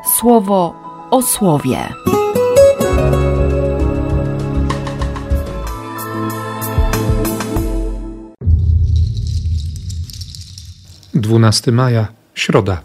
Słowo o słowie. Dwunasty maja, środa.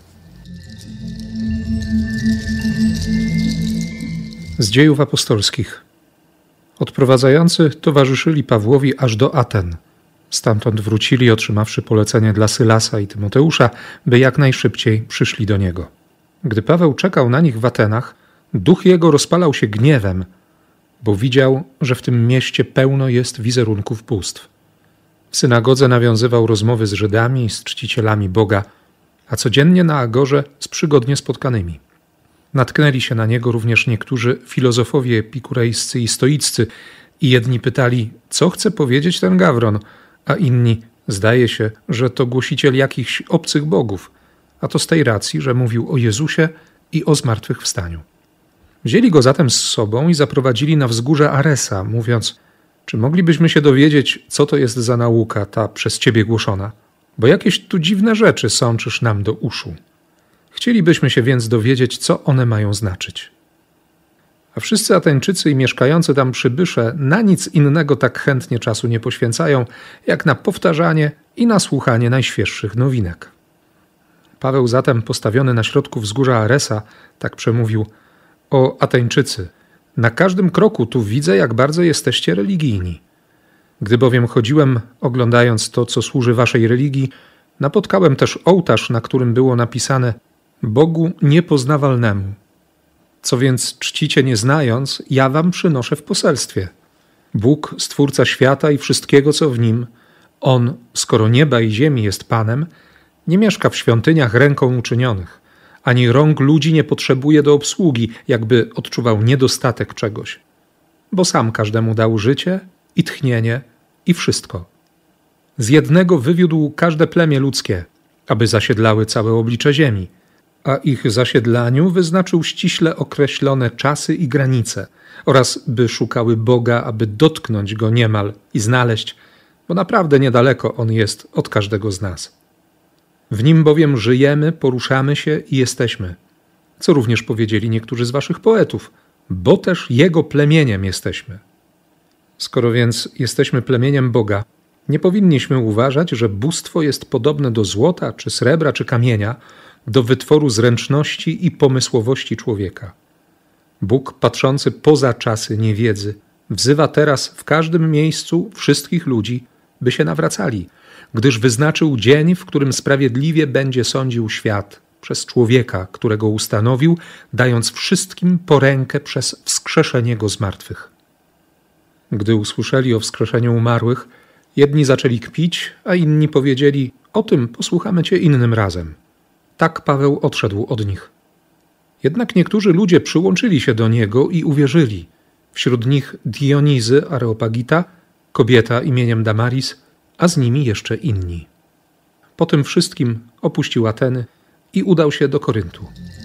Z Dziejów Apostolskich. Odprowadzający towarzyszyli Pawłowi aż do Aten. Stamtąd wrócili, otrzymawszy polecenie dla Sylasa i Tymoteusza, by jak najszybciej przyszli do niego. Gdy Paweł czekał na nich w Atenach, duch jego rozpalał się gniewem, bo widział, że w tym mieście pełno jest wizerunków bóstw. W synagodze nawiązywał rozmowy z Żydami i z czcicielami Boga, a codziennie na agorze z przygodnie spotkanymi. Natknęli się na niego również niektórzy filozofowie epikurejscy i stoiccy i jedni pytali, co chce powiedzieć ten Gawron, a inni, zdaje się, że to głosiciel jakichś obcych bogów, a to z tej racji, że mówił o Jezusie i o zmartwychwstaniu. Wzięli go zatem z sobą i zaprowadzili na wzgórze Aresa, mówiąc, czy moglibyśmy się dowiedzieć, co to jest za nauka ta przez ciebie głoszona? Bo jakieś tu dziwne rzeczy sączysz nam do uszu. Chcielibyśmy się więc dowiedzieć, co one mają znaczyć. A wszyscy Ateńczycy i mieszkający tam przybysze na nic innego tak chętnie czasu nie poświęcają, jak na powtarzanie i na słuchanie najświeższych nowinek. Paweł zatem, postawiony na środku wzgórza Aresa, tak przemówił: o Ateńczycy, na każdym kroku tu widzę, jak bardzo jesteście religijni. Gdy bowiem chodziłem, oglądając to, co służy waszej religii, napotkałem też ołtarz, na którym było napisane Bogu niepoznawalnemu. Co więc czcicie nie znając, ja wam przynoszę w poselstwie. Bóg, Stwórca świata i wszystkiego, co w nim, On, skoro nieba i ziemi jest Panem, nie mieszka w świątyniach ręką uczynionych, ani rąk ludzi nie potrzebuje do obsługi, jakby odczuwał niedostatek czegoś. Bo sam każdemu dał życie i tchnienie i wszystko. Z jednego wywiódł każde plemię ludzkie, aby zasiedlały całe oblicze ziemi, a ich zasiedlaniu wyznaczył ściśle określone czasy i granice oraz by szukały Boga, aby dotknąć Go niemal i znaleźć, bo naprawdę niedaleko On jest od każdego z nas. W Nim bowiem żyjemy, poruszamy się i jesteśmy, co również powiedzieli niektórzy z waszych poetów, bo też Jego plemieniem jesteśmy. Skoro więc jesteśmy plemieniem Boga, nie powinniśmy uważać, że bóstwo jest podobne do złota, czy srebra, czy kamienia, do wytworu zręczności i pomysłowości człowieka. Bóg, patrzący poza czasy niewiedzy, wzywa teraz w każdym miejscu wszystkich ludzi, by się nawracali, gdyż wyznaczył dzień, w którym sprawiedliwie będzie sądził świat przez człowieka, którego ustanowił, dając wszystkim po rękę przez wskrzeszenie go z martwych. Gdy usłyszeli o wskrzeszeniu umarłych, jedni zaczęli kpić, a inni powiedzieli, o tym posłuchamy cię innym razem. Tak Paweł odszedł od nich. Jednak niektórzy ludzie przyłączyli się do niego i uwierzyli. Wśród nich Dionizy Areopagita, kobieta imieniem Damaris, a z nimi jeszcze inni. Po tym wszystkim opuścił Ateny i udał się do Koryntu.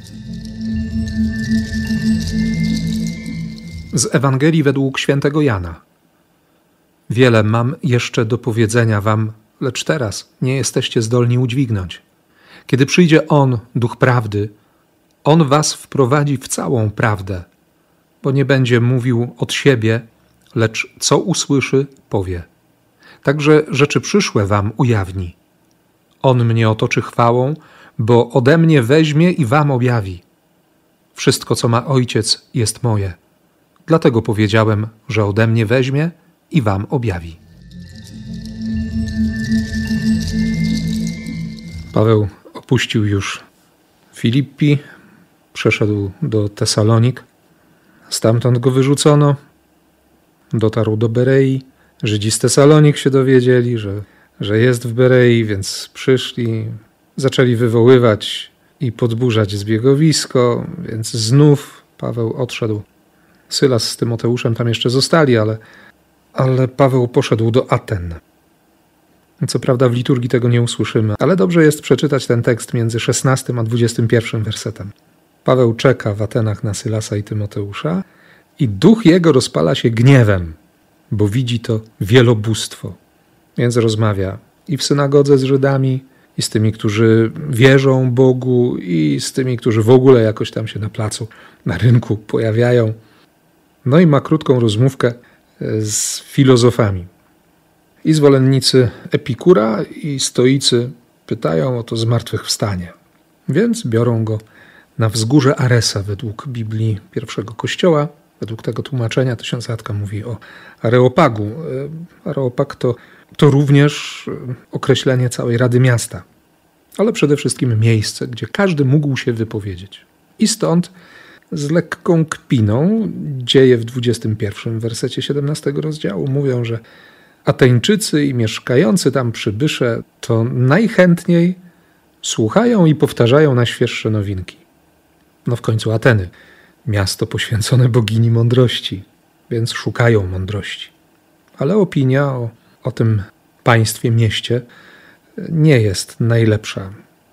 Z Ewangelii według świętego Jana. Wiele mam jeszcze do powiedzenia wam, lecz teraz nie jesteście zdolni udźwignąć. Kiedy przyjdzie On, Duch Prawdy, On was wprowadzi w całą prawdę, bo nie będzie mówił od siebie, lecz co usłyszy, powie. Także rzeczy przyszłe wam ujawni. On mnie otoczy chwałą, bo ode mnie weźmie i wam objawi. Wszystko, co ma Ojciec, jest moje. Dlatego powiedziałem, że ode mnie weźmie i wam objawi. Paweł opuścił już Filippi, przeszedł do Tesalonik. Stamtąd go wyrzucono. Dotarł do Berei. Żydzi z Tesalonik się dowiedzieli, że jest w Berei, więc przyszli, zaczęli wywoływać i podburzać zbiegowisko, więc znów Paweł odszedł. Sylas z Tymoteuszem tam jeszcze zostali, ale Paweł poszedł do Aten. Co prawda w liturgii tego nie usłyszymy, ale dobrze jest przeczytać ten tekst między 16 a 21 wersetem. Paweł czeka w Atenach na Sylasa i Tymoteusza i duch jego rozpala się gniewem, bo widzi to wielobóstwo. Więc rozmawia i w synagodze z Żydami, i z tymi, którzy wierzą Bogu, i z tymi, którzy w ogóle jakoś tam się na placu, na rynku pojawiają. No i ma krótką rozmówkę z filozofami. I zwolennicy Epikura i stoicy pytają o to zmartwychwstanie. Więc biorą go na wzgórze Aresa według Biblii pierwszego Kościoła. Według tego tłumaczenia Tysiąclatka mówi o Areopagu. Areopag to również określenie całej Rady Miasta, ale przede wszystkim miejsce, gdzie każdy mógł się wypowiedzieć. I stąd z lekką kpiną dzieje w 21 wersecie 17 rozdziału mówią, że Ateńczycy i mieszkający tam przybysze to najchętniej słuchają i powtarzają najświeższe nowinki. No w końcu Ateny, miasto poświęcone bogini mądrości, więc szukają mądrości. Ale opinia o tym państwie, mieście nie jest najlepsza.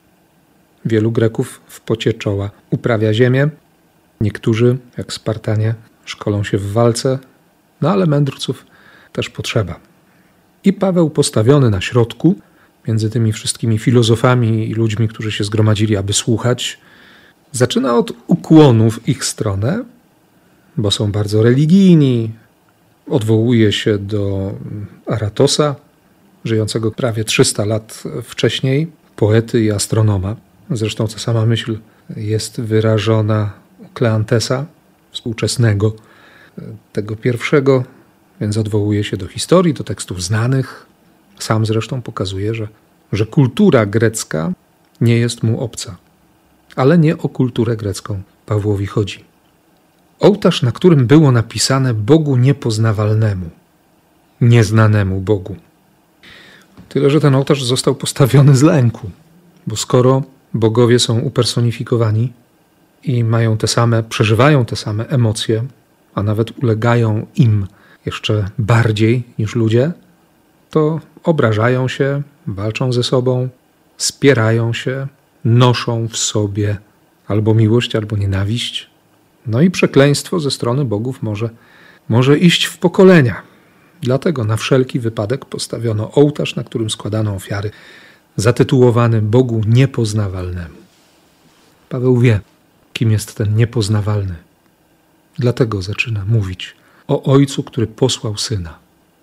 Wielu Greków w pocie czoła uprawia ziemię. Niektórzy, jak Spartanie, szkolą się w walce, no ale mędrców też potrzeba. I Paweł postawiony na środku, między tymi wszystkimi filozofami i ludźmi, którzy się zgromadzili, aby słuchać, zaczyna od ukłonu w ich stronę, bo są bardzo religijni. Odwołuje się do Aratosa, żyjącego prawie 300 lat wcześniej, poety i astronoma. Zresztą ta sama myśl jest wyrażona u Kleantesa, współczesnego, tego pierwszego, więc odwołuje się do historii, do tekstów znanych. Sam zresztą pokazuje, że kultura grecka nie jest mu obca. Ale nie o kulturę grecką Pawłowi chodzi. Ołtarz, na którym było napisane Bogu niepoznawalnemu, nieznanemu Bogu. Tyle, że ten ołtarz został postawiony z lęku, bo skoro bogowie są upersonifikowani i mają przeżywają te same emocje, a nawet ulegają im jeszcze bardziej niż ludzie, to obrażają się, walczą ze sobą, spierają się, noszą w sobie albo miłość, albo nienawiść. No i przekleństwo ze strony bogów może iść w pokolenia. Dlatego na wszelki wypadek postawiono ołtarz, na którym składano ofiary, zatytułowany Bogu niepoznawalnemu. Paweł wie, kim jest ten niepoznawalny. Dlatego zaczyna mówić o Ojcu, który posłał Syna.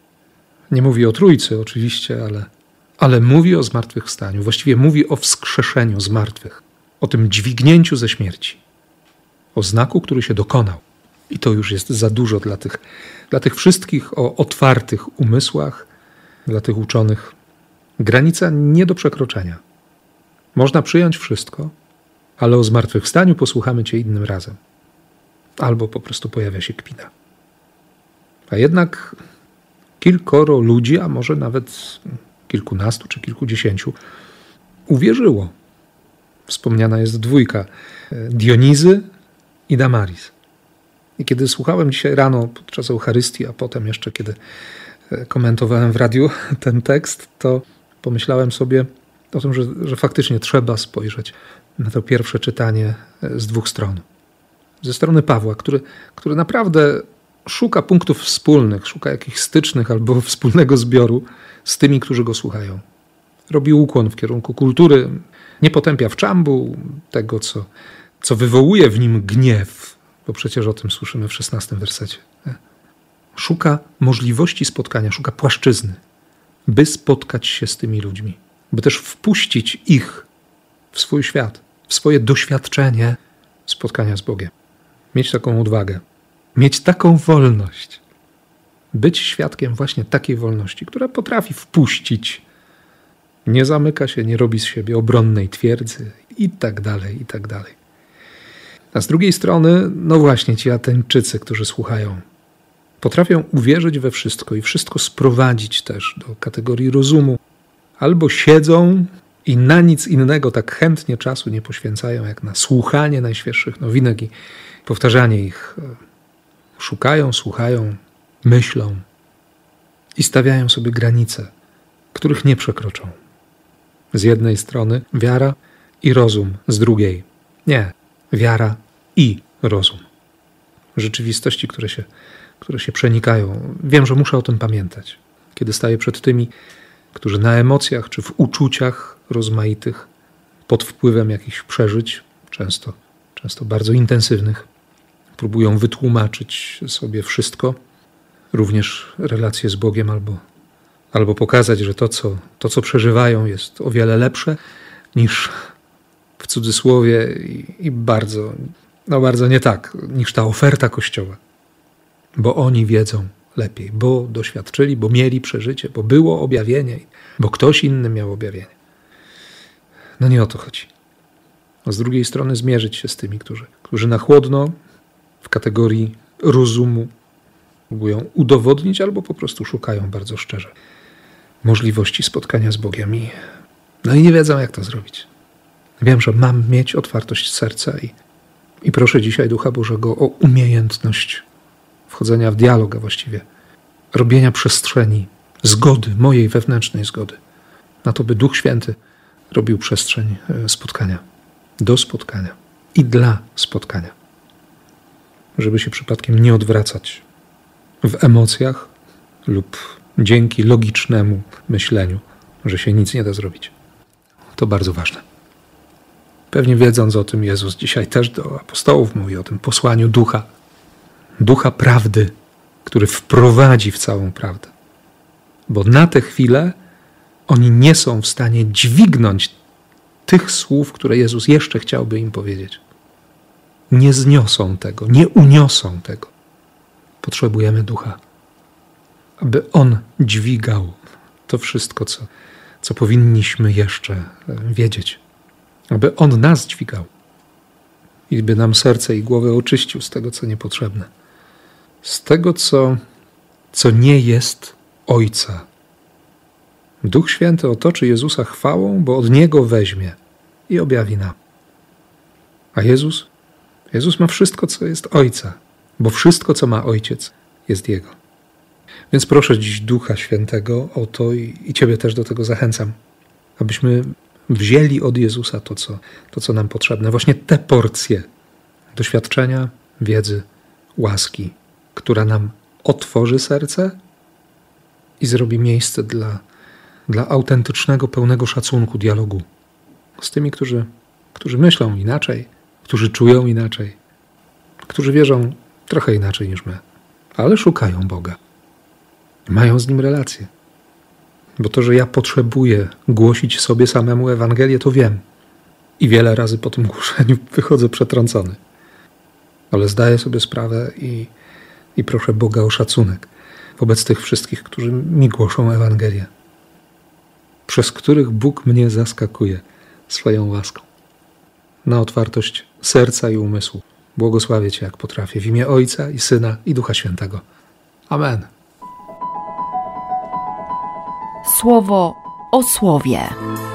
Nie mówi o Trójcy oczywiście, ale mówi o zmartwychwstaniu. Właściwie mówi o wskrzeszeniu z martwych, o tym dźwignięciu ze śmierci, o znaku, który się dokonał. I to już jest za dużo dla tych wszystkich o otwartych umysłach, dla tych uczonych. Granica nie do przekroczenia. Można przyjąć wszystko, ale o zmartwychwstaniu posłuchamy Cię innym razem. Albo po prostu pojawia się kpina. A jednak kilkoro ludzi, a może nawet kilkunastu czy kilkudziesięciu, uwierzyło. Wspomniana jest dwójka, Dionizy i Damaris. I kiedy słuchałem dzisiaj rano podczas Eucharystii, a potem jeszcze kiedy komentowałem w radiu ten tekst, to pomyślałem sobie o tym, że faktycznie trzeba spojrzeć na to pierwsze czytanie z dwóch stron. Ze strony Pawła, który naprawdę szuka punktów wspólnych, szuka jakichś stycznych albo wspólnego zbioru z tymi, którzy go słuchają. Robi ukłon w kierunku kultury, nie potępia w czambu tego, co wywołuje w nim gniew, bo przecież o tym słyszymy w 16 wersecie. Szuka możliwości spotkania, szuka płaszczyzny, by spotkać się z tymi ludźmi, by też wpuścić ich w swój świat, w swoje doświadczenie spotkania z Bogiem. Mieć taką odwagę, mieć taką wolność, być świadkiem właśnie takiej wolności, która potrafi wpuścić, nie zamyka się, nie robi z siebie obronnej twierdzy i tak dalej, i tak dalej. A z drugiej strony, no właśnie ci Ateńczycy, którzy słuchają, potrafią uwierzyć we wszystko i wszystko sprowadzić też do kategorii rozumu. Albo siedzą i na nic innego tak chętnie czasu nie poświęcają, jak na słuchanie najświeższych nowinek i powtarzanie ich. Szukają, słuchają, myślą i stawiają sobie granice, których nie przekroczą. Z jednej strony wiara i rozum, z drugiej nie, wiara i rozum. Rzeczywistości, które się przenikają. Wiem, że muszę o tym pamiętać, kiedy staję przed tymi, którzy na emocjach czy w uczuciach rozmaitych, pod wpływem jakichś przeżyć, często bardzo intensywnych, próbują wytłumaczyć sobie wszystko, również relacje z Bogiem, albo pokazać, że to, co przeżywają, jest o wiele lepsze niż, w cudzysłowie, i bardzo nie tak, niż ta oferta Kościoła. Bo oni wiedzą lepiej, bo doświadczyli, bo mieli przeżycie, bo było objawienie, bo ktoś inny miał objawienie. No nie o to chodzi. A z drugiej strony zmierzyć się z tymi, którzy na chłodno, w kategorii rozumu, próbują udowodnić albo po prostu szukają bardzo szczerze możliwości spotkania z Bogiem i nie wiedzą, jak to zrobić. Wiem, że mam mieć otwartość serca i proszę dzisiaj Ducha Bożego o umiejętność wchodzenia w dialog, a właściwie robienia przestrzeni zgody, mojej wewnętrznej zgody, na to, by Duch Święty robił przestrzeń spotkania, do spotkania i dla spotkania. Żeby się przypadkiem nie odwracać w emocjach lub dzięki logicznemu myśleniu, że się nic nie da zrobić. To bardzo ważne. Pewnie wiedząc o tym, Jezus dzisiaj też do apostołów mówi o tym posłaniu Ducha prawdy, który wprowadzi w całą prawdę. Bo na tę chwilę oni nie są w stanie dźwignąć tych słów, które Jezus jeszcze chciałby im powiedzieć. Nie zniosą tego, nie uniosą tego. Potrzebujemy Ducha, aby On dźwigał to wszystko, co powinniśmy jeszcze wiedzieć. Aby On nas dźwigał i by nam serce i głowę oczyścił z tego, co niepotrzebne. Z tego, co nie jest Ojca. Duch Święty otoczy Jezusa chwałą, bo od Niego weźmie i objawi nam. A Jezus ma wszystko, co jest Ojca, bo wszystko, co ma Ojciec, jest Jego. Więc proszę dziś Ducha Świętego o to i Ciebie też do tego zachęcam, abyśmy wzięli od Jezusa to, co nam potrzebne. Właśnie te porcje doświadczenia, wiedzy, łaski, która nam otworzy serce i zrobi miejsce dla autentycznego, pełnego szacunku dialogu z tymi, którzy myślą inaczej, którzy czują inaczej, którzy wierzą trochę inaczej niż my, ale szukają Boga. Mają z Nim relacje. Bo to, że ja potrzebuję głosić sobie samemu Ewangelię, to wiem. I wiele razy po tym głoszeniu wychodzę przetrącony. Ale zdaję sobie sprawę i proszę Boga o szacunek wobec tych wszystkich, którzy mi głoszą Ewangelię, przez których Bóg mnie zaskakuje swoją łaską. Na otwartość serca i umysłu błogosławię Cię, jak potrafię, w imię Ojca i Syna i Ducha Świętego. Amen. Słowo o słowie.